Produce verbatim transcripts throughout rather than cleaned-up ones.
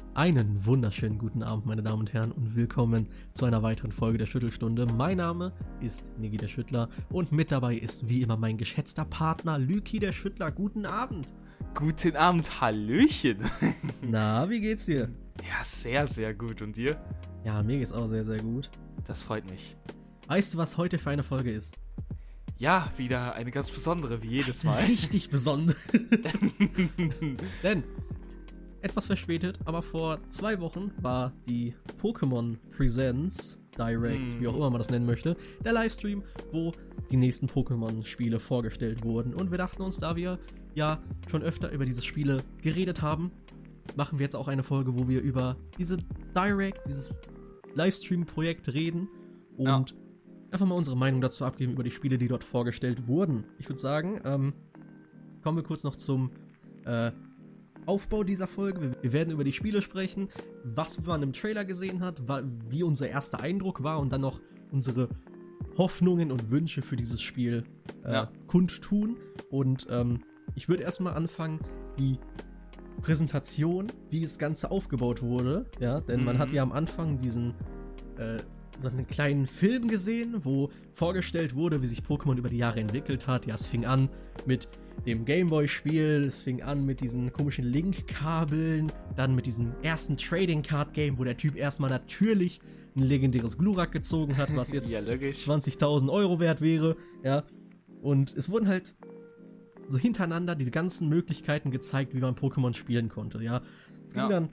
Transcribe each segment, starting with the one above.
Einen wunderschönen guten Abend, meine Damen und Herren, und willkommen zu einer weiteren Folge der Schüttelstunde. Mein Name ist Niggi der Schüttler und mit dabei ist wie immer mein geschätzter Partner Lüki der Schüttler. Guten Abend. Guten Abend, Hallöchen. Na, wie geht's dir? Ja, sehr, sehr gut. Und dir? Ja, mir geht's auch sehr, sehr gut. Das freut mich. Weißt du, was heute für eine Folge ist? Ja, wieder eine ganz besondere, wie jedes Mal. Richtig besondere. Denn etwas verspätet, aber vor zwei Wochen war die Pokémon Presents Direct, mm. wie auch immer man das nennen möchte, der Livestream, wo die nächsten Pokémon-Spiele vorgestellt wurden. Und wir dachten uns, da wir ja schon öfter über diese Spiele geredet haben, machen wir jetzt auch eine Folge, wo wir über diese Direct, dieses Livestream-Projekt reden und ja. einfach mal unsere Meinung dazu abgeben über die Spiele, die dort vorgestellt wurden. Ich würde sagen, ähm, kommen wir kurz noch zum äh, Aufbau dieser Folge. Wir werden über die Spiele sprechen, was man im Trailer gesehen hat, wie unser erster Eindruck war und dann noch unsere Hoffnungen und Wünsche für dieses Spiel äh, ja. kundtun. Und ähm, ich würde erstmal anfangen, die Präsentation, wie das Ganze aufgebaut wurde, ja, denn mhm. man hat ja am Anfang diesen äh, so einen kleinen Film gesehen, wo vorgestellt wurde, wie sich Pokémon über die Jahre entwickelt hat. Ja, es fing an mit dem Gameboy-Spiel, es fing an mit diesen komischen Link-Kabeln, dann mit diesem ersten Trading-Card-Game, wo der Typ erstmal natürlich ein legendäres Glurak gezogen hat, was jetzt ja, zwanzigtausend Euro wert wäre, ja, und es wurden halt so hintereinander diese ganzen Möglichkeiten gezeigt, wie man Pokémon spielen konnte, ja. Es ging ja. dann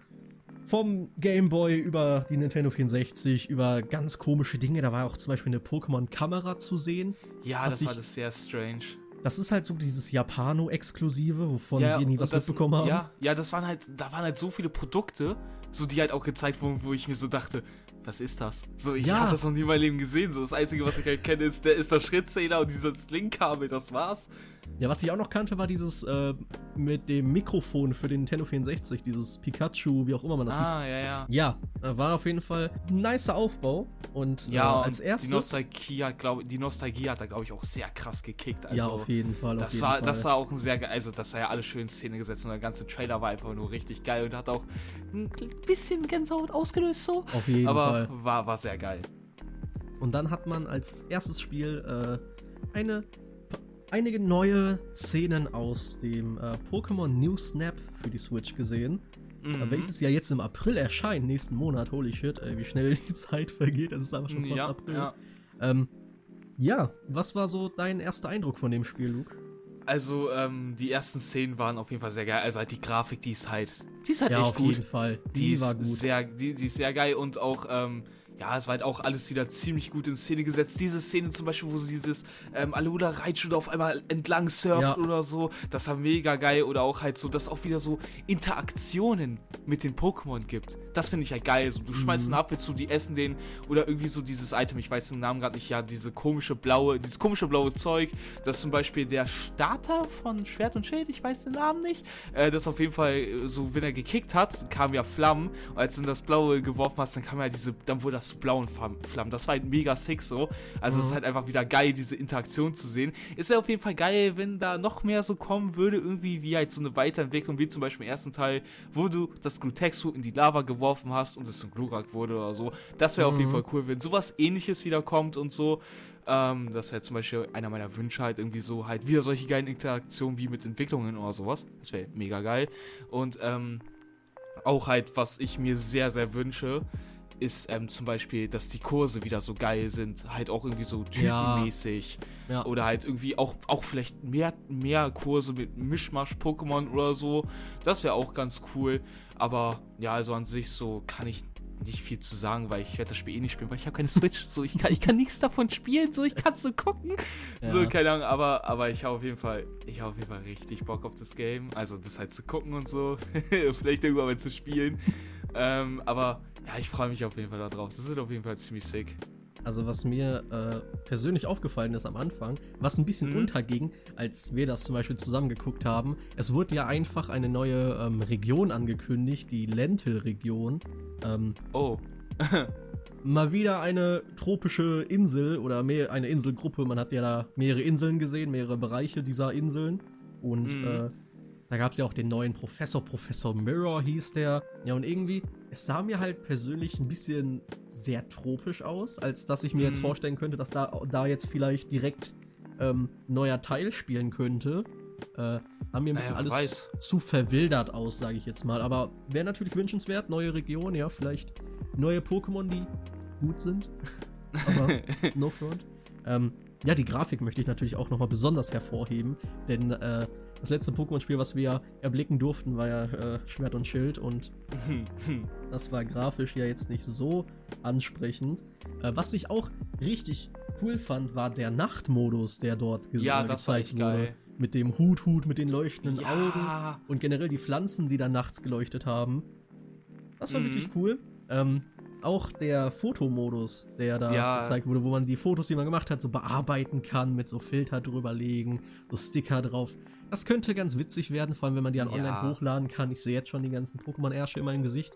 vom Gameboy über die Nintendo vierundsechzig, über ganz komische Dinge, da war auch zum Beispiel eine Pokémon-Kamera zu sehen. Ja, das ich, war das sehr strange. Das ist halt so dieses Japano-Exklusive, wovon ja, wir nie was das, mitbekommen haben. Ja, ja, das waren halt, da waren halt so viele Produkte, so die halt auch gezeigt wurden, wo ich mir so dachte, was ist das? So, ich ja. habe das noch nie in meinem Leben gesehen. So, das Einzige, was ich halt kenne, ist der ist der Schrittzähler und dieses Link-Kabel, das war's. Ja, was ich auch noch kannte, war dieses äh, mit dem Mikrofon für den Nintendo vierundsechzig, dieses Pikachu, wie auch immer man das ah, hieß. Ah, ja, ja. Ja, war auf jeden Fall ein nicer Aufbau. Und ja, äh, als und erstes... Die Nostalgie hat, glaub, die Nostalgie hat da, glaube ich, auch sehr krass gekickt. Also, ja, auf jeden Fall, das auf jeden war, Fall. Das war auch ein sehr geil, also das war ja alles schön in Szene gesetzt und der ganze Trailer war einfach nur richtig geil und hat auch ein bisschen Gänsehaut ausgelöst so. Auf jeden aber Fall. Aber war, war sehr geil. Und dann hat man als erstes Spiel äh, eine... einige neue Szenen aus dem äh, Pokémon New Snap für die Switch gesehen, mhm. äh, welches ja jetzt im April erscheint, nächsten Monat. Holy shit, ey, wie schnell die Zeit vergeht, es ist aber schon fast ja, April. Ja. Ähm, ja, was war so dein erster Eindruck von dem Spiel, Luke? Also, ähm, die ersten Szenen waren auf jeden Fall sehr geil. Also halt die Grafik, die ist halt, die ist halt ja, echt auf gut. jeden Fall. Die, die war ist gut. Sehr, die, die ist sehr geil und auch, ähm, ja, es war halt auch alles wieder ziemlich gut in Szene gesetzt. Diese Szene zum Beispiel, wo sie dieses ähm, Alola Raichu da auf einmal entlang surft ja. oder so, das war mega geil. Oder auch halt so, dass es auch wieder so Interaktionen mit den Pokémon gibt. Das finde ich halt geil. So, du mhm. schmeißt einen Apfel zu, die essen den oder irgendwie so dieses Item, ich weiß den Namen gerade nicht, ja, diese komische blaue, dieses komische blaue Zeug, das ist zum Beispiel der Starter von Schwert und Schild, ich weiß den Namen nicht. Äh, das auf jeden Fall, so, wenn er gekickt hat, kam ja Flammen. Und als du das Blaue geworfen hast, dann kam ja diese, dann wurde das zu blauen Flammen. Das war halt mega sick so. Also mhm. es ist halt einfach wieder geil, diese Interaktion zu sehen. Ist ja auf jeden Fall geil, wenn da noch mehr so kommen würde, irgendwie wie halt so eine Weiterentwicklung, wie zum Beispiel im ersten Teil, wo du das Glutexu in die Lava geworfen hast und es zum Glurak wurde oder so. Das wäre mhm. auf jeden Fall cool, wenn sowas Ähnliches wieder kommt und so. Ähm, das wäre zum Beispiel einer meiner Wünsche halt irgendwie so, halt wieder solche geilen Interaktionen wie mit Entwicklungen oder sowas. Das wäre mega geil. Und ähm, auch halt, was ich mir sehr, sehr wünsche, ist ähm, zum Beispiel, dass die Kurse wieder so geil sind, halt auch irgendwie so typenmäßig ja. Ja. oder halt irgendwie auch, auch vielleicht mehr, mehr Kurse mit Mischmasch-Pokémon oder so, das wäre auch ganz cool, aber ja, also an sich so kann ich nicht viel zu sagen, weil ich werde das Spiel eh nicht spielen, weil ich habe keine Switch, so ich kann, ich kann nichts davon spielen, so ich kann es nur gucken, ja. so keine Ahnung, aber, aber ich habe auf jeden Fall, ich habe auf jeden Fall richtig Bock auf das Game, also das halt zu gucken und so, vielleicht irgendwann mal zu spielen, ähm, aber ja, ich freue mich auf jeden Fall da drauf. Das ist auf jeden Fall ziemlich sick. Also was mir äh, persönlich aufgefallen ist am Anfang, was ein bisschen mhm. unterging, als wir das zum Beispiel zusammen geguckt haben, es wurde ja einfach eine neue ähm, Region angekündigt, die Lentil-Region. Ähm, oh. mal wieder eine tropische Insel oder mehr eine Inselgruppe. Man hat ja da mehrere Inseln gesehen, mehrere Bereiche dieser Inseln. Und mhm. äh, da gab es ja auch den neuen Professor, Professor Mirror hieß der. Ja, und irgendwie, es sah mir halt persönlich ein bisschen sehr tropisch aus, als dass ich mir mhm. jetzt vorstellen könnte, dass da, da jetzt vielleicht direkt ähm, neuer Teil spielen könnte. Äh, haben mir ein bisschen naja, alles weiß. zu verwildert aus, sage ich jetzt mal. Aber wäre natürlich wünschenswert, neue Region, ja, vielleicht neue Pokémon, die gut sind. Aber no front. Ähm, ja, die Grafik möchte ich natürlich auch nochmal besonders hervorheben, denn äh, das letzte Pokémon-Spiel, was wir erblicken durften, war ja äh, Schwert und Schild und das war grafisch ja jetzt nicht so ansprechend. Äh, was ich auch richtig cool fand, war der Nachtmodus, der dort ges- ja, äh, das gezeigt war echt wurde. Geil. Mit dem Hut, Hut, mit den leuchtenden ja. Augen und generell die Pflanzen, die da nachts geleuchtet haben. Das war mhm. wirklich cool. Ähm, auch der Fotomodus, der da ja. gezeigt wurde, wo man die Fotos, die man gemacht hat, so bearbeiten kann, mit so Filter drüberlegen, so Sticker drauf. Das könnte ganz witzig werden, vor allem wenn man die dann ja. online hochladen kann. Ich sehe jetzt schon die ganzen Pokémon-Ärsche in meinem Gesicht.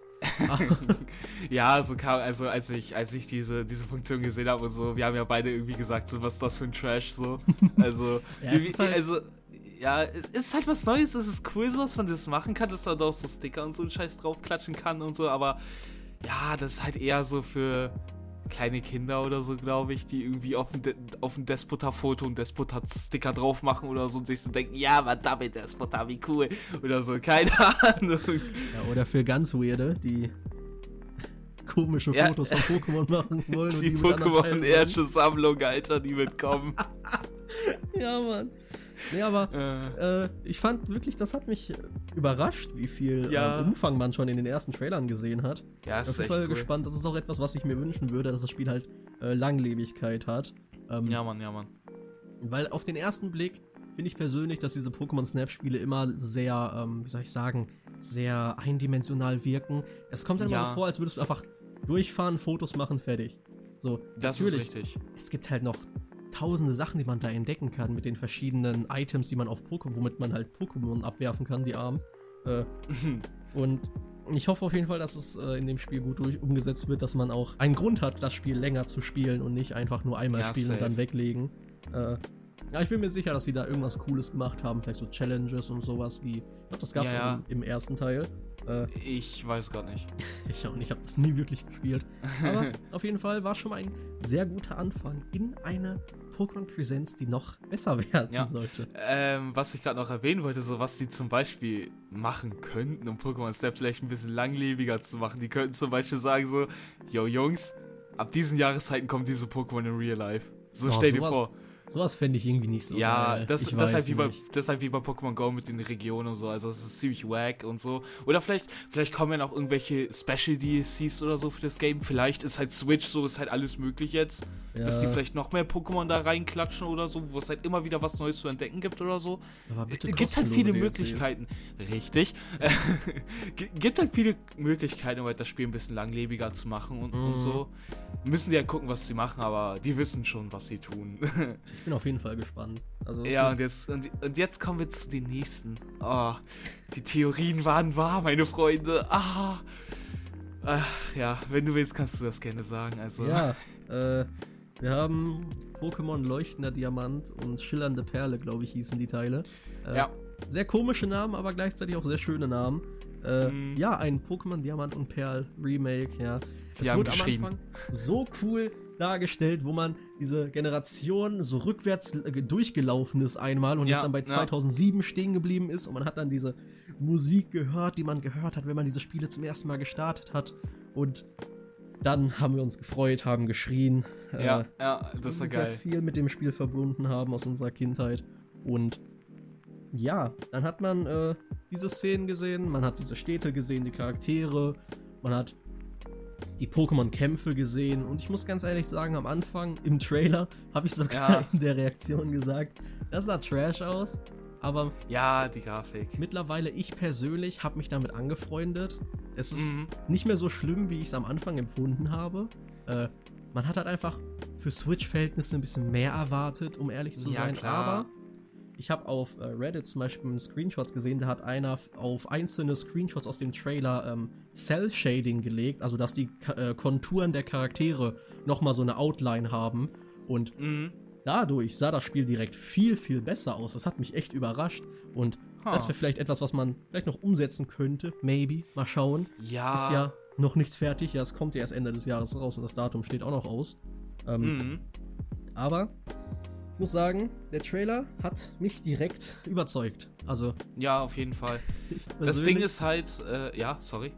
Ja, so kam, also als ich, als ich diese, diese Funktion gesehen habe und so, wir haben ja beide irgendwie gesagt, so was ist das für ein Trash, so. Also, ja, es ist halt also ja, es ist halt was Neues, es ist cool, so, dass man das machen kann, dass man da auch so Sticker und so einen Scheiß draufklatschen kann und so, aber ja, das ist halt eher so für kleine Kinder oder so, glaube ich, die irgendwie auf ein, De- auf ein Despota-Foto einen Despota-Sticker drauf machen oder so und sich so denken, ja, was damit Despota, wie cool, oder so, keine Ahnung. Ja, oder für ganz Weirde, die komische ja. Fotos von Pokémon machen wollen. Die, die Pokémon-Ärsche-Sammlung, Alter, die mitkommen. Ja, Mann. Nee, aber äh. Äh, ich fand wirklich, das hat mich überrascht, wie viel ja. äh, Umfang man schon in den ersten Trailern gesehen hat. Ja, ist echt cool. Ich bin voll gespannt. Das ist auch etwas, was ich mir wünschen würde, dass das Spiel halt äh, Langlebigkeit hat. Ähm, ja, Mann, ja, Mann. Weil auf den ersten Blick finde ich persönlich, dass diese Pokémon-Snap-Spiele immer sehr, ähm, wie soll ich sagen, sehr eindimensional wirken. Es kommt dann ja. immer so vor, als würdest du einfach durchfahren, Fotos machen, fertig. So, das natürlich, ist richtig. Es gibt halt noch tausende Sachen, die man da entdecken kann mit den verschiedenen Items, die man auf Pokémon, womit man halt Pokémon abwerfen kann, die Armen. Äh, und ich hoffe auf jeden Fall, dass es äh, in dem Spiel gut durch umgesetzt wird, dass man auch einen Grund hat, das Spiel länger zu spielen und nicht einfach nur einmal ja, spielen safe. und dann weglegen. Äh, ja, ich bin mir sicher, dass sie da irgendwas Cooles gemacht haben, vielleicht so Challenges und sowas wie, ich glaube, das gab es ja, ja. im, im ersten Teil. Äh, ich weiß gar nicht. Ich auch nicht, ich habe das nie wirklich gespielt. Aber auf jeden Fall war schon mal ein sehr guter Anfang in eine Pokémon Presents, die noch besser werden ja. sollte. Ähm, was ich gerade noch erwähnen wollte, so was die zum Beispiel machen könnten, um Pokémon Snap vielleicht ein bisschen langlebiger zu machen. Die könnten zum Beispiel sagen so, yo Jungs, ab diesen Jahreszeiten kommen diese Pokémon in Real Life. So oh, stell dir sowas, vor. Sowas fände ich irgendwie nicht so ja, geil. das, das, halt wie bei, das ist halt wie bei Pokémon Go mit den Regionen und so, also das ist ziemlich wack und so. Oder vielleicht, vielleicht kommen ja noch irgendwelche Special D L Cs oder so für das Game. Vielleicht ist halt Switch so, ist halt alles möglich jetzt. Ja. Dass die vielleicht noch mehr Pokémon da reinklatschen oder so, wo es halt immer wieder was Neues zu entdecken gibt oder so. Aber bitte äh, gibt halt viele D L Cs. Möglichkeiten. Richtig. Gibt halt viele Möglichkeiten, um halt das Spiel ein bisschen langlebiger zu machen und, mm. und so. Müssen die ja gucken, was sie machen, aber die wissen schon, was sie tun. Ich bin auf jeden Fall gespannt. Also ja, und jetzt, und, und jetzt kommen wir zu den nächsten. Oh, die Theorien waren wahr, meine Freunde. Ah. Ach, ja, wenn du willst, kannst du das gerne sagen. Also. Ja, äh, wir haben Pokémon Leuchtender Diamant und Schillernde Perle, glaube ich, hießen die Teile. Äh, ja. Sehr komische Namen, aber gleichzeitig auch sehr schöne Namen. Äh, mm. Ja, ein Pokémon Diamant und Perl Remake, ja. Es wurde am Anfang so cool dargestellt, wo man diese Generation so rückwärts äh, durchgelaufen ist einmal und ja, jetzt dann bei zweitausendsieben ja. stehen geblieben ist und man hat dann diese Musik gehört, die man gehört hat, wenn man diese Spiele zum ersten Mal gestartet hat und dann haben wir uns gefreut, haben geschrien. Ja, äh, ja, das war geil. Sehr viel mit dem Spiel verbunden haben aus unserer Kindheit und ja, dann hat man äh, diese Szenen gesehen, man hat diese Städte gesehen, die Charaktere, man hat die Pokémon-Kämpfe gesehen und ich muss ganz ehrlich sagen, am Anfang im Trailer habe ich sogar ja. in der Reaktion gesagt, das sah Trash aus, aber ja, die Grafik. Mittlerweile, ich persönlich habe mich damit angefreundet. Es ist mhm. nicht mehr so schlimm, wie ich es am Anfang empfunden habe. Äh, man hat halt einfach für Switch-Verhältnisse ein bisschen mehr erwartet, um ehrlich zu ja, sein, klar. aber ich habe auf äh, Reddit zum Beispiel einen Screenshot gesehen, da hat einer f- auf einzelne Screenshots aus dem Trailer ähm, Cell-Shading gelegt, also dass die Ka- äh, Konturen der Charaktere nochmal so eine Outline haben und mhm. dadurch sah das Spiel direkt viel, viel besser aus. Das hat mich echt überrascht. Und huh. das wäre vielleicht etwas, was man vielleicht noch umsetzen könnte. Maybe. Mal schauen. Ja. Ist ja noch nichts fertig. Ja, es kommt ja erst Ende des Jahres raus und das Datum steht auch noch aus. Ähm, mhm. Aber ich muss sagen, der Trailer hat mich direkt überzeugt. Also. Ja, auf jeden Fall. Das Ding ist halt, äh, ja, sorry.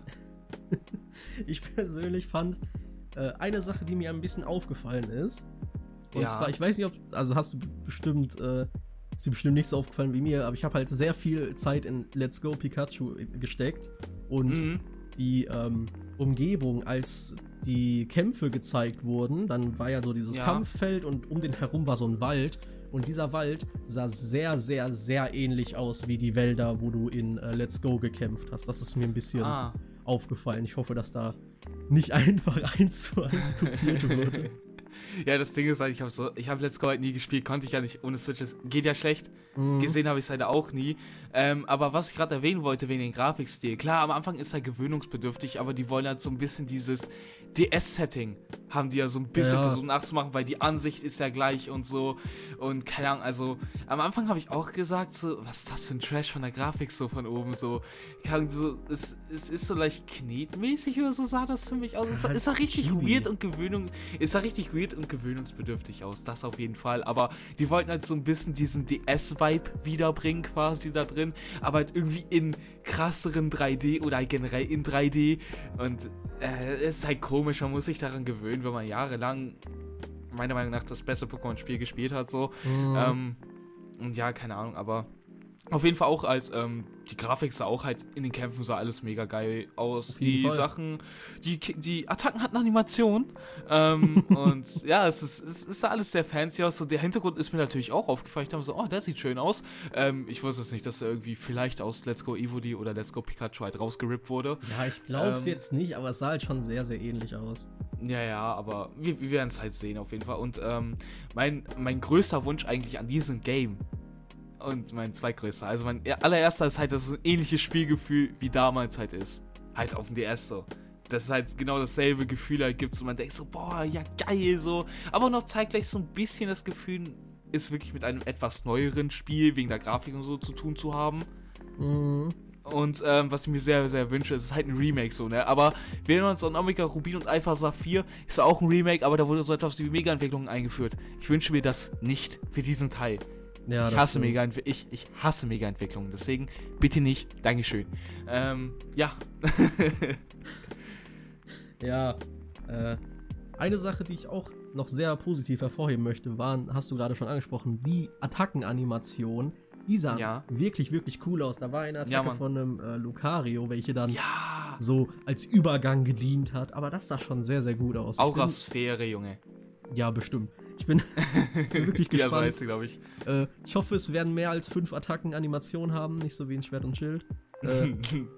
Ich persönlich fand äh, eine Sache, die mir ein bisschen aufgefallen ist. Und ja. zwar, ich weiß nicht, ob, also hast du bestimmt, äh, ist dir bestimmt nicht so aufgefallen wie mir, aber ich habe halt sehr viel Zeit in Let's Go Pikachu gesteckt. Und mhm. die ähm, Umgebung, als die Kämpfe gezeigt wurden, dann war ja so dieses ja. Kampffeld und um den herum war so ein Wald. Und dieser Wald sah sehr, sehr, sehr ähnlich aus wie die Wälder, wo du in äh, Let's Go gekämpft hast. Das ist mir ein bisschen ah. aufgefallen. Ich hoffe, dass da nicht einfach eins zu eins kopiert wurde. Ja, das Ding ist halt, ich habe so, ich habe Let's Go halt nie gespielt, konnte ich ja nicht ohne Switch, das geht ja schlecht. Mhm. Gesehen habe ich es leider auch nie. Ähm, aber was ich gerade erwähnen wollte, wegen dem Grafikstil, klar, am Anfang ist er gewöhnungsbedürftig, aber die wollen halt so ein bisschen dieses D S-Setting, haben die ja so ein bisschen ja. versucht nachzumachen, weil die Ansicht ist ja gleich und so. Und keine Ahnung, also am Anfang habe ich auch gesagt, so, was ist das für ein Trash von der Grafik so von oben, so, kann so es, es ist so leicht knetmäßig oder so sah das für mich aus. Es, es sah richtig Chibi. weird und Gewöhnung, es sah richtig weird und gewöhnungsbedürftig aus, das auf jeden Fall. Aber die wollten halt so ein bisschen diesen D S-Vibe wiederbringen quasi da drin, aber halt irgendwie in krasseren drei D oder generell in drei D und äh, es ist halt komisch, man muss sich daran gewöhnen, wenn man jahrelang meiner Meinung nach das beste Pokémon-Spiel gespielt hat, so. Mhm. Ähm, und ja, keine Ahnung, aber auf jeden Fall auch als, ähm, die Grafik sah auch halt in den Kämpfen sah alles mega geil aus. Die Fall. Sachen, die, die Attacken hatten Animation. Ähm, und ja, es ist, es ist alles sehr fancy aus. So, der Hintergrund ist mir natürlich auch aufgefallen. Ich dachte so, oh, der sieht schön aus. Ähm, ich wusste es nicht, dass er irgendwie vielleicht aus Let's Go Evoli oder Let's Go Pikachu halt rausgerippt wurde. Ja, ich glaub's ähm, jetzt nicht, aber es sah halt schon sehr, sehr ähnlich aus. Ja, ja, aber wir, wir werden es halt sehen auf jeden Fall. Und ähm, mein, mein größter Wunsch eigentlich an diesem Game und mein zweitgrößter, also mein allererster ist halt, dass es ein ähnliches Spielgefühl wie damals halt ist. Halt auf dem D S so. Dass es halt genau dasselbe Gefühl halt gibt, so man denkt so, boah, ja geil so. Aber noch zeitgleich so ein bisschen das Gefühl, ist wirklich mit einem etwas neueren Spiel, wegen der Grafik und so zu tun zu haben. Mhm. Und ähm, was ich mir sehr, sehr wünsche, ist halt ein Remake so, ne? Aber wir erinnern uns an Omega Rubin und Alpha Saphir, ist auch ein Remake, aber da wurde so etwas wie Mega-Entwicklungen eingeführt. Ich wünsche mir das nicht für diesen Teil. Ja, ich, hasse Mega ich, ich hasse Mega-Entwicklungen, deswegen bitte nicht, Dankeschön. Ähm, ja. Ja, äh, eine Sache, die ich auch noch sehr positiv hervorheben möchte, waren, hast du gerade schon angesprochen, die Attackenanimation. Die sahen ja. wirklich, wirklich cool aus. Da war eine Attacke ja, von einem äh, Lucario, welche dann ja. so als Übergang gedient hat. Aber das sah schon sehr, sehr gut aus. Aurasphäre, Junge. Ja, bestimmt. Ich bin, bin wirklich gespannt. Ja, so heißt sie, glaube ich. Äh, ich hoffe, es werden mehr als fünf Attacken-Animationen haben, nicht so wie in Schwert und Schild. Äh,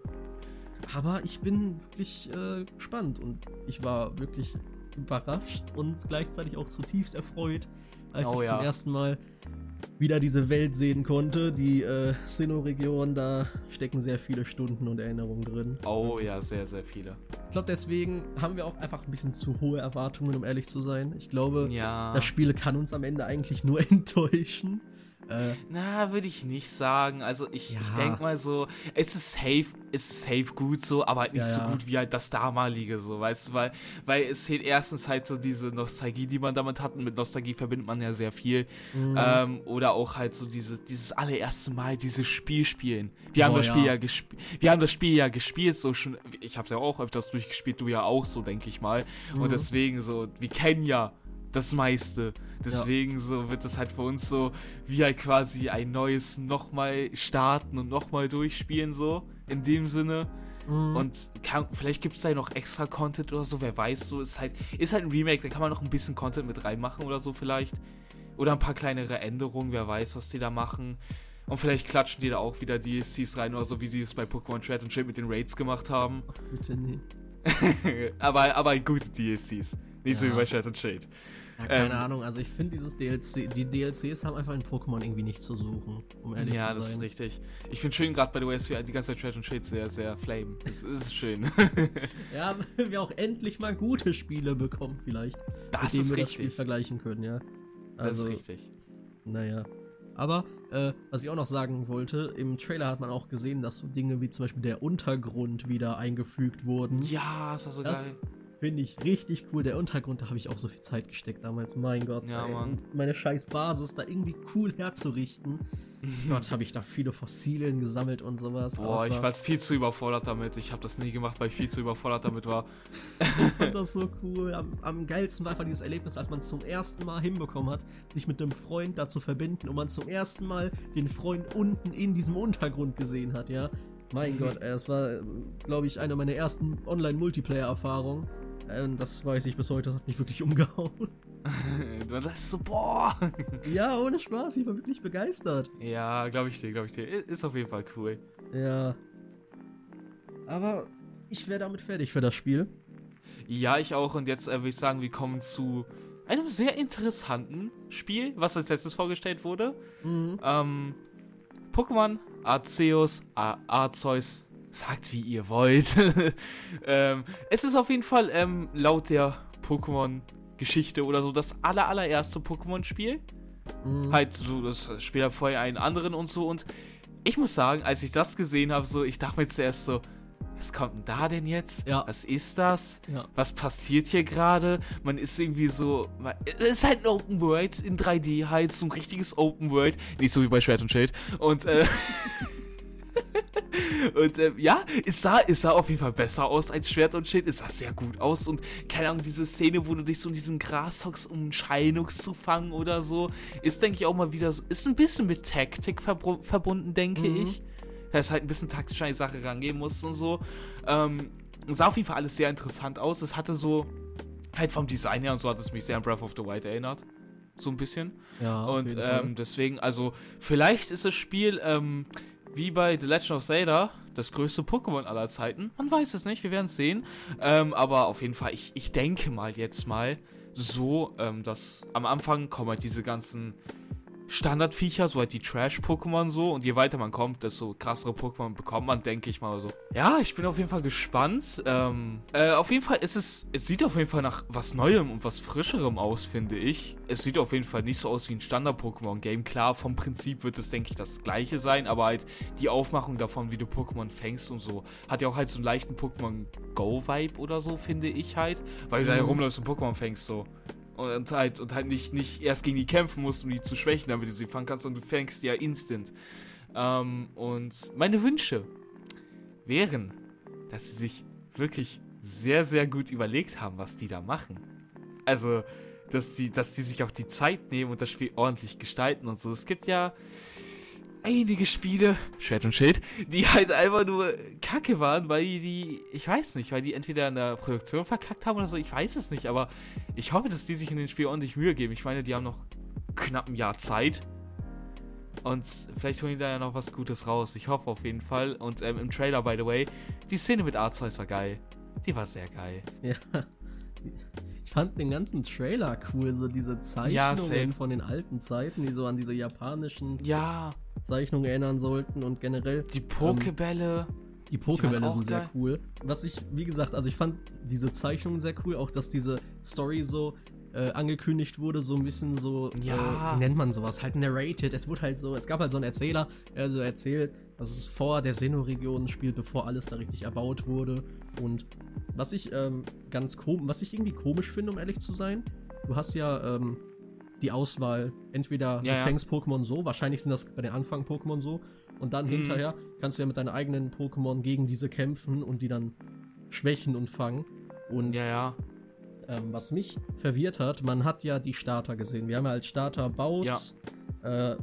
aber ich bin wirklich äh, gespannt und ich war wirklich überrascht und gleichzeitig auch zutiefst erfreut, als oh, ich ja. zum ersten Mal wieder diese Welt sehen konnte. Die äh, Sinnoh-Region, da stecken sehr viele Stunden und Erinnerungen drin. Oh ja, sehr, sehr viele. Ich glaube, deswegen haben wir auch einfach ein bisschen zu hohe Erwartungen, um ehrlich zu sein. Ich glaube, ja. das Spiel kann uns am Ende eigentlich nur enttäuschen. Äh, Na, würde ich nicht sagen. Also ich, ja. ich denke mal so, es ist safe, es ist safe gut so, aber halt nicht ja, so ja. gut wie halt das damalige so, weißt du, weil, weil es fehlt erstens halt so diese Nostalgie, die man damit hat, und mit Nostalgie verbindet man ja sehr viel. Mhm. Ähm, oder auch halt so diese, dieses allererste Mal dieses Spiel spielen. Wir oh, haben das Spiel ja, ja gespielt, wir haben das Spiel ja gespielt, so schon, ich hab's ja auch öfters durchgespielt, du ja auch so, denke ich mal. Mhm. Und deswegen so, wir kennen ja das meiste. Deswegen ja. so wird das halt für uns so wie halt quasi ein neues nochmal starten und nochmal durchspielen so, in dem Sinne. Mhm. Und kann, vielleicht gibt es da noch extra Content oder so, wer weiß, so ist halt, ist halt ein Remake, da kann man noch ein bisschen Content mit reinmachen oder so vielleicht. Oder ein paar kleinere Änderungen, wer weiß, was die da machen. Und vielleicht klatschen die da auch wieder D L Cs rein oder so, wie die es bei Pokémon Schwert und Schild mit den Raids gemacht haben. Bitte nie. aber, aber gute D L Cs. Nicht ja. so wie bei Schwert und Schild. Ja, keine ähm, Ahnung, also ich finde dieses D L C, die D L Cs haben einfach in Pokémon irgendwie nicht zu suchen, um ehrlich ja, zu sein. Ja, das ist richtig. Ich finde schön, gerade bei der O S W die ganze Zeit Schwert und Schild sehr, sehr flame. Das ist schön. Ja, wenn wir auch endlich mal gute Spiele bekommen vielleicht, das mit denen ist wir richtig. das Spiel vergleichen können, ja. Also, das ist richtig. Naja. Aber, äh, was ich auch noch sagen wollte, im Trailer hat man auch gesehen, dass so Dinge wie zum Beispiel der Untergrund wieder eingefügt wurden. Ja, das war so das geil. Finde ich richtig cool. Der Untergrund, da habe ich auch so viel Zeit gesteckt damals. Mein Gott. Ja, ey, Mann. meine scheiß Basis da irgendwie cool herzurichten. Gott, habe ich da viele Fossilien gesammelt und sowas. Boah, ich war viel zu überfordert damit. Ich habe das nie gemacht, weil ich viel zu überfordert damit war. Ich fand das so cool. Am, am geilsten war einfach dieses Erlebnis, als man es zum ersten Mal hinbekommen hat, sich mit einem Freund da zu verbinden und man zum ersten Mal den Freund unten in diesem Untergrund gesehen hat, ja. Mein Gott, ey, das war, glaube ich, eine meiner ersten Online-Multiplayer-Erfahrungen. Und das weiß ich bis heute, das hat mich wirklich umgehauen. Das ist so, boah. Ja, ohne Spaß, ich war wirklich begeistert. Ja, glaube ich dir, glaube ich dir. Ist auf jeden Fall cool. Ja. Aber ich wäre damit fertig für das Spiel. Ja, ich auch. Und jetzt äh, würde ich sagen, wir kommen zu einem sehr interessanten Spiel, was als letztes vorgestellt wurde. Mhm. Ähm, Pokémon Arceus, Ar- Arceus, sagt wie ihr wollt. ähm, es ist auf jeden Fall ähm, laut der Pokémon-Geschichte oder so das aller, allererste Pokémon-Spiel. Mhm. Halt so, das Spiel hat vorher einen anderen und so. Und ich muss sagen, als ich das gesehen habe, so, ich dachte mir zuerst so, was kommt denn da denn jetzt? Ja. Was ist das? Ja. Was passiert hier gerade? Man ist irgendwie so, man, es ist halt ein Open World in drei D halt, so ein richtiges Open World, nicht so wie bei Schwert und Schild. Und äh, und ähm, ja, es sah, es sah auf jeden Fall besser aus als Schwert und Schild. Es sah sehr gut aus und keine Ahnung, diese Szene, wo du dich so in diesen Gras hockst, um einen Shinox zu fangen oder so, ist, denke ich, auch mal wieder so, ist ein bisschen mit Taktik verbr- verbunden, denke Mhm. ich. Das heißt halt ein bisschen taktisch an die Sache rangehen musst und so. Ähm, sah auf jeden Fall alles sehr interessant aus. Es hatte so, halt vom Design her und so hat es mich sehr an Breath of the Wild erinnert. So ein bisschen. Ja, auf und jeden Fall. ähm, deswegen, also, vielleicht ist das Spiel, ähm, wie bei The Legend of Zelda, das größte Pokémon aller Zeiten. Man weiß es nicht, wir werden es sehen. Ähm, aber auf jeden Fall, ich, ich denke mal jetzt mal so, ähm, dass am Anfang kommen halt diese ganzen Standardviecher, so halt die Trash-Pokémon so, und je weiter man kommt, desto krassere Pokémon bekommt man, denke ich mal so. Ja, ich bin auf jeden Fall gespannt. Ähm, äh, auf jeden Fall ist es, es sieht auf jeden Fall nach was Neuem und was Frischerem aus, finde ich. Es sieht auf jeden Fall nicht so aus wie ein Standard-Pokémon-Game. Klar, vom Prinzip wird es, denke ich, das gleiche sein, aber halt die Aufmachung davon, wie du Pokémon fängst und so, hat ja auch halt so einen leichten Pokémon-Go-Vibe oder so, finde ich halt, weil du da herumläufst und Pokémon fängst so. Und halt, und halt nicht, nicht erst gegen die kämpfen musst, um die zu schwächen, damit du sie fangen kannst, und du fängst die ja instant. Ähm, und meine Wünsche wären, dass sie sich wirklich sehr, sehr gut überlegt haben, was die da machen. Also, dass die, dass die sich auch die Zeit nehmen und das Spiel ordentlich gestalten und so. Es gibt ja einige Spiele, Schwert und Schild, die halt einfach nur kacke waren, weil die, ich weiß nicht, weil die entweder in der Produktion verkackt haben oder so, ich weiß es nicht, aber ich hoffe, dass die sich in den Spiel ordentlich Mühe geben. Ich meine, die haben noch knapp ein Jahr Zeit und vielleicht holen die da ja noch was Gutes raus. Ich hoffe auf jeden Fall. Und ähm, im Trailer, by the way, die Szene mit Arceus war geil. Die war sehr geil. Ja. Ich fand den ganzen Trailer cool, so diese Zeichnungen Ja, von den alten Zeiten, die so an diese japanischen Ja, Zeichnungen erinnern sollten und generell die Pokebälle. ähm, die Pokebälle waren auch sind sehr geil. cool. Was ich, wie gesagt, also ich fand diese Zeichnungen sehr cool, auch dass diese Story so äh, angekündigt wurde, so ein bisschen so, Ja. äh, wie nennt man sowas, halt narrated. Es wurde halt so, es gab halt so einen Erzähler, der so erzählt, dass es vor der Sinnoh-Region spielt, bevor alles da richtig erbaut wurde. Und was ich ähm, ganz komisch, was ich irgendwie komisch finde, um ehrlich zu sein, du hast ja ähm, die Auswahl, entweder Ja, du ja. fängst Pokémon so, wahrscheinlich sind das bei den Anfang Pokémon so, und dann Mhm. hinterher kannst du ja mit deinen eigenen Pokémon gegen diese kämpfen und die dann schwächen und fangen. Und Ja, ja. ähm, was mich verwirrt hat, man hat ja die Starter gesehen. Wir haben ja als Starter Bautz, äh,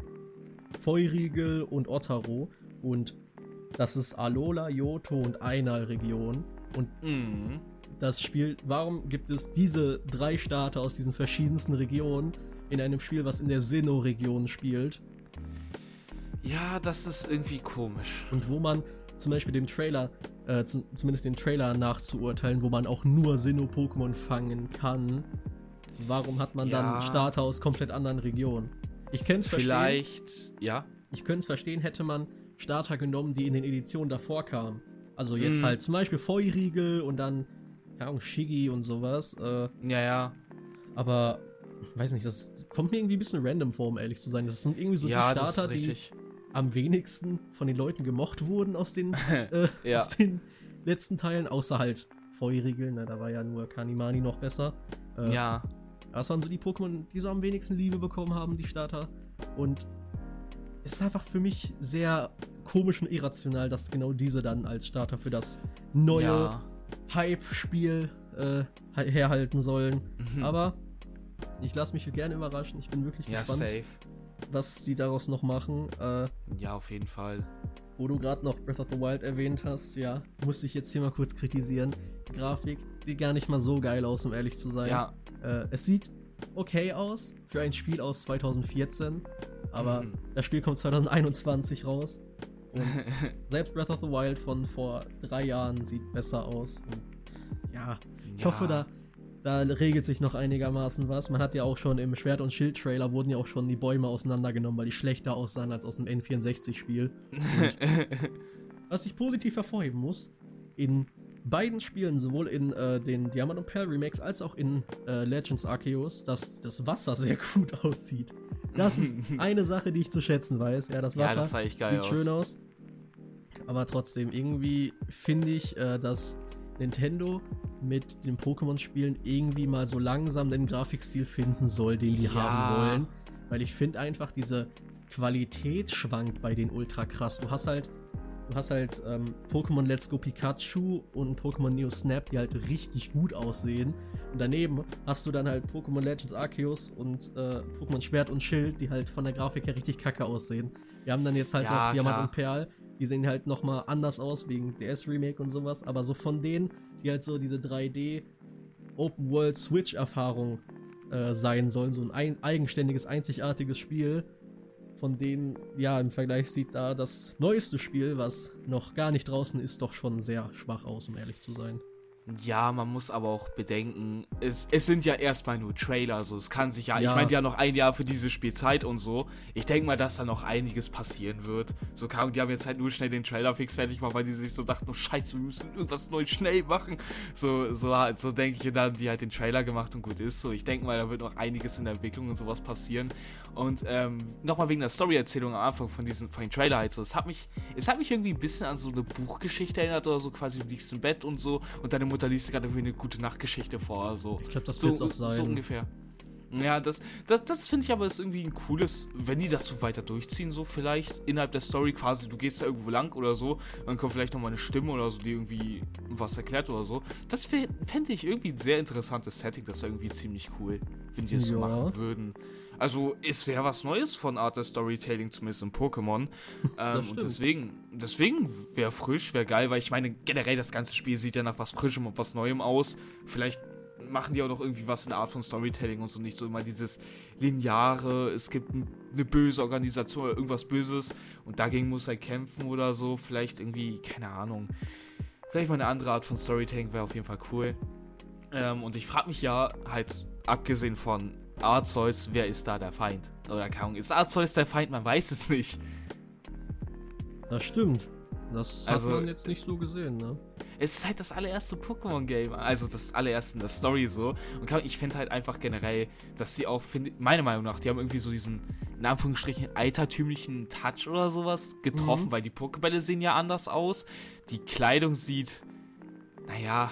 Feurigel und Ottero. Und das ist Alola, Johto und Einal-Region. Und Mhm. das Spiel, warum gibt es diese drei Starter aus diesen verschiedensten Regionen in einem Spiel, was in der Sinnoh-Region spielt? Ja, das ist irgendwie komisch. Und wo man zum Beispiel dem Trailer, äh, zum, zumindest den Trailer nachzuurteilen, wo man auch nur Sinnoh-Pokémon fangen kann, warum hat man Ja. dann Starter aus komplett anderen Regionen? Ich könnte es verstehen, Vielleicht, ja. ich könnte es verstehen, hätte man Starter genommen, die in den Editionen davor kamen. Also jetzt Mhm. halt zum Beispiel Feurigel und dann, keine Ahnung, Shiggy und sowas. Äh, Ja, ja. aber weiß nicht, das kommt mir irgendwie ein bisschen random vor, um ehrlich zu sein. Das sind irgendwie so ja, die Starter, die am wenigsten von den Leuten gemocht wurden aus den, äh, ja. aus den letzten Teilen, außer halt Feurigel, ne, da war ja nur Kanimani noch besser. Äh, ja. Das waren so die Pokémon, die so am wenigsten Liebe bekommen haben, die Starter. Und es ist einfach für mich sehr komisch und irrational, dass genau diese dann als Starter für das neue ja. Hype-Spiel äh, herhalten sollen. Mhm. Aber ich lasse mich gerne überraschen. Ich bin wirklich ja, gespannt, safe. was die daraus noch machen. Äh, ja, auf jeden Fall. Wo du gerade noch Breath of the Wild erwähnt hast, ja, musste ich jetzt hier mal kurz kritisieren. Die Grafik sieht gar nicht mal so geil aus, um ehrlich zu sein. Ja. Äh, es sieht okay aus für ein Spiel aus zwanzig vierzehn, aber mhm. das Spiel kommt zwanzig einundzwanzig raus. Und selbst Breath of the Wild von vor drei Jahren sieht besser aus. Und ja, ich ja. hoffe, da, da regelt sich noch einigermaßen was. Man hat ja auch schon im Schwert- und Schild-Trailer wurden ja auch schon die Bäume auseinandergenommen, weil die schlechter aussahen als aus dem N vierundsechzig-Spiel. Was ich positiv hervorheben muss, in beiden Spielen, sowohl in äh, den Diamant und Pearl Remakes als auch in äh, Legends Arceus, dass das Wasser sehr gut aussieht. Das ist eine Sache, die ich zu schätzen weiß. Ja, das Wasser ja, das sah echt geil sieht aus. schön aus. Aber trotzdem, irgendwie finde ich, äh, dass Nintendo mit den Pokémon-Spielen irgendwie mal so langsam den Grafikstil finden soll, den die ja. haben wollen. Weil ich finde einfach, diese Qualität schwankt bei denen ultra krass. Du hast halt Du hast halt ähm, Pokémon Let's Go Pikachu und Pokémon Neo Snap, die halt richtig gut aussehen. Und daneben hast du dann halt Pokémon Legends Arceus und äh, Pokémon Schwert und Schild, die halt von der Grafik her richtig kacke aussehen. Wir haben dann jetzt halt ja, noch Diamant und Perl, die sehen halt nochmal anders aus, wegen D S-Remake und sowas. Aber so von denen, die halt so diese drei D Open-World-Switch-Erfahrung äh, sein sollen, so ein, ein eigenständiges, einzigartiges Spiel, von denen, ja, im Vergleich sieht da das neueste Spiel, was noch gar nicht draußen ist, doch schon sehr schwach aus, um ehrlich zu sein. Ja, man muss aber auch bedenken, es, es sind ja erstmal nur Trailer, so, es kann sich ja, ja. ich meine, die haben noch ein Jahr für dieses Spiel Zeit und so, ich denke mal, dass da noch einiges passieren wird, so, die haben jetzt halt nur schnell den Trailer fix fertig gemacht, weil die sich so dachten, oh scheiße, wir müssen irgendwas Neues schnell machen, so, so, so denke ich, da haben die halt den Trailer gemacht und gut ist, so, ich denke mal, da wird noch einiges in der Entwicklung und sowas passieren und, ähm, nochmal wegen der Story-Erzählung am Anfang von diesem, von den Trailer halt so, es hat mich, es hat mich irgendwie ein bisschen an so eine Buchgeschichte erinnert oder so, quasi du liegst im Bett und so und deine Mutter liest gerade irgendwie eine gute Nachtgeschichte vor. Also ich glaube, das so, wird es auch sein. So ungefähr. Ja, das, das, das finde ich aber ist irgendwie ein cooles, wenn die das so weiter durchziehen, so vielleicht innerhalb der Story quasi, du gehst da irgendwo lang oder so, dann kommt vielleicht nochmal eine Stimme oder so, die irgendwie was erklärt oder so. Das fände ich irgendwie ein sehr interessantes Setting, das wäre irgendwie ziemlich cool, wenn die es ja. so machen würden. Also, es wäre was Neues von Art des Storytelling, zumindest in Pokémon. Ähm, und deswegen, deswegen wäre frisch, wäre geil, weil ich meine, generell das ganze Spiel sieht ja nach was Frischem und was Neuem aus. Vielleicht machen die auch noch irgendwie was in der Art von Storytelling und so, nicht so immer dieses lineare, es gibt ein, eine böse Organisation oder irgendwas Böses und dagegen muss er kämpfen oder so. Vielleicht irgendwie, keine Ahnung. Vielleicht mal eine andere Art von Storytelling wäre auf jeden Fall cool. Ähm, und ich frage mich ja halt, abgesehen von Arceus, wer ist da der Feind? Oder keine Ahnung, ist Arceus der Feind? Man weiß es nicht. Das stimmt. Das also, hat man jetzt nicht so gesehen, ne? Es ist halt das allererste Pokémon-Game, also das allererste in der Story so. Und ich finde halt einfach generell, dass sie auch, find, meiner Meinung nach, die haben irgendwie so diesen, in Anführungsstrichen, altertümlichen Touch oder sowas getroffen, mhm. weil die Pokébälle sehen ja anders aus. Die Kleidung sieht, naja...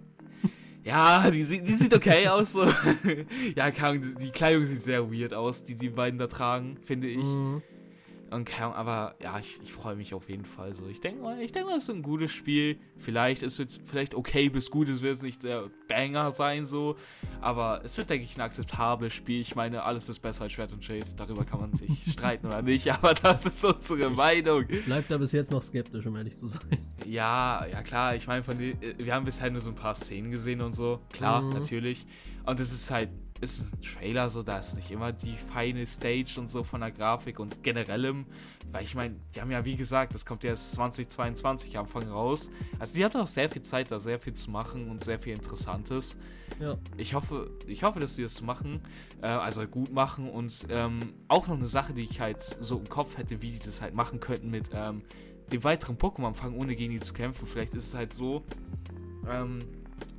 Ja, die, die sieht okay aus, so. Ja, keine Ahnung, die Kleidung sieht sehr weird aus, die die beiden da tragen, finde ich. Mhm. Und keine Ahnung, aber ja, ich, ich freue mich auf jeden Fall so. Ich denke mal, ich denke mal, es ist ein gutes Spiel. Vielleicht, es wird vielleicht okay bis gut, es wird nicht der Banger sein, so. Aber es wird, denke ich, ein akzeptables Spiel. Ich meine, alles ist besser als Schwert und Schild. Darüber kann man sich streiten oder nicht, aber das ist unsere Meinung. Ich bleib da bis jetzt noch skeptisch, um ehrlich zu sein. Ja, ja klar, ich meine, von den, wir haben bisher nur so ein paar Szenen gesehen und so. Klar, mhm. natürlich. Und es ist halt, es ist ein Trailer, so, da ist nicht immer die feine Stage und so von der Grafik und generellem, weil ich meine, die haben ja, wie gesagt, das kommt ja erst zwanzig zweiundzwanzig Anfang raus, also die hatten noch sehr viel Zeit, da sehr viel zu machen und sehr viel Interessantes. Ja. Ich hoffe, ich hoffe, dass die das machen, äh, also gut machen und ähm, auch noch eine Sache, die ich halt so im Kopf hätte, wie die das halt machen könnten mit ähm, dem weiteren Pokémon fangen, ohne gegen die zu kämpfen. Vielleicht ist es halt so, ähm,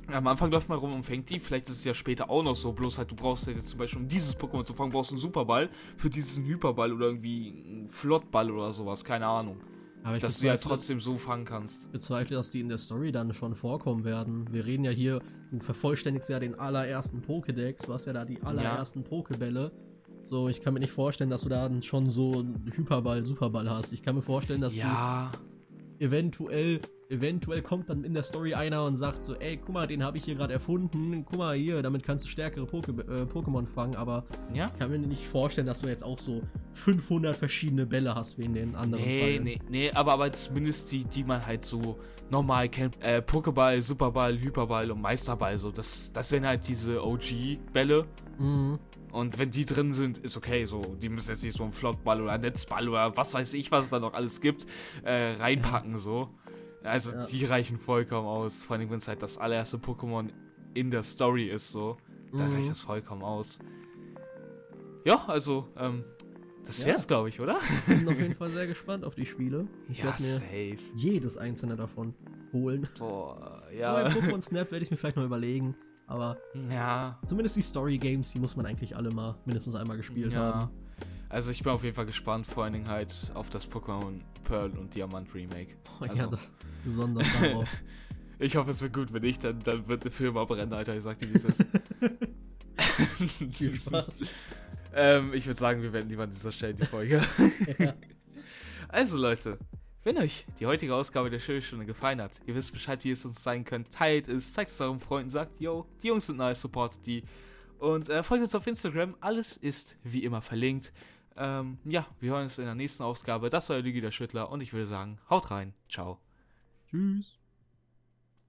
Am Anfang läuft man rum und fängt die, vielleicht ist es ja später auch noch so, bloß halt du brauchst halt jetzt zum Beispiel, um dieses Pokémon zu fangen, brauchst du einen Superball, für diesen Hyperball oder irgendwie einen Flottball oder sowas, keine Ahnung. Aber ich dass du ja trotzdem so fangen kannst. Ich bezweifle, dass die in der Story dann schon vorkommen werden. Wir reden ja hier, du vervollständigst ja den allerersten Pokédex, du hast ja da die allerersten ja. Pokébälle. So, ich kann mir nicht vorstellen, dass du da dann schon so einen Hyperball, Superball hast. Ich kann mir vorstellen, dass ja. du eventuell, eventuell kommt dann in der Story einer und sagt so, ey, guck mal, den habe ich hier gerade erfunden, guck mal hier, damit kannst du stärkere Poké, äh, Pokémon fangen, aber ja? ich kann mir nicht vorstellen, dass du jetzt auch so fünfhundert verschiedene Bälle hast wie in den anderen nee, Teilen. Nee, nee, aber, aber zumindest die, die man halt so normal kennt, äh, Pokéball, Superball, Hyperball und Meisterball, so, das, das wären halt diese O G-Bälle. Mhm. Und wenn die drin sind, ist okay, so, die müssen jetzt nicht so einen Flottball oder einen Netzball oder was weiß ich, was es da noch alles gibt, äh, reinpacken, ja. so. Also, ja. die reichen vollkommen aus, vor allem, wenn es halt das allererste Pokémon in der Story ist, so, dann mhm. reicht das vollkommen aus. Ja, also, ähm, das wär's, ja. glaube ich, oder? Ich bin auf jeden Fall sehr gespannt auf die Spiele. Ich ja, werde mir safe. jedes einzelne davon holen. Boah, ja. Aber bei Pokémon Snap werde ich mir vielleicht noch überlegen. Aber ja. zumindest die Story-Games, die muss man eigentlich alle mal mindestens einmal gespielt ja. haben. Also ich bin auf jeden Fall gespannt, vor allen Dingen halt auf das Pokémon Pearl und Diamant Remake. Oh, also. ja, das besonders darauf. Ich hoffe, es wird gut. Wenn nicht, dann, dann wird der Film abbrennen, Alter. Ich sag dir, wie es ist. Viel Spaß. ähm, ich würde sagen, wir beenden lieber an dieser Stelle die Folge. ja. Also Leute, wenn euch die heutige Ausgabe der Schulstunde gefallen hat, ihr wisst Bescheid, wie es uns zeigen könnt, teilt es, zeigt es euren Freunden, sagt, yo, die Jungs sind nice, supportet die. Und äh, folgt uns auf Instagram, alles ist wie immer verlinkt. Ähm, ja, wir hören uns in der nächsten Ausgabe. Das war der Lügi der Schüttler und ich würde sagen, haut rein, ciao. Tschüss.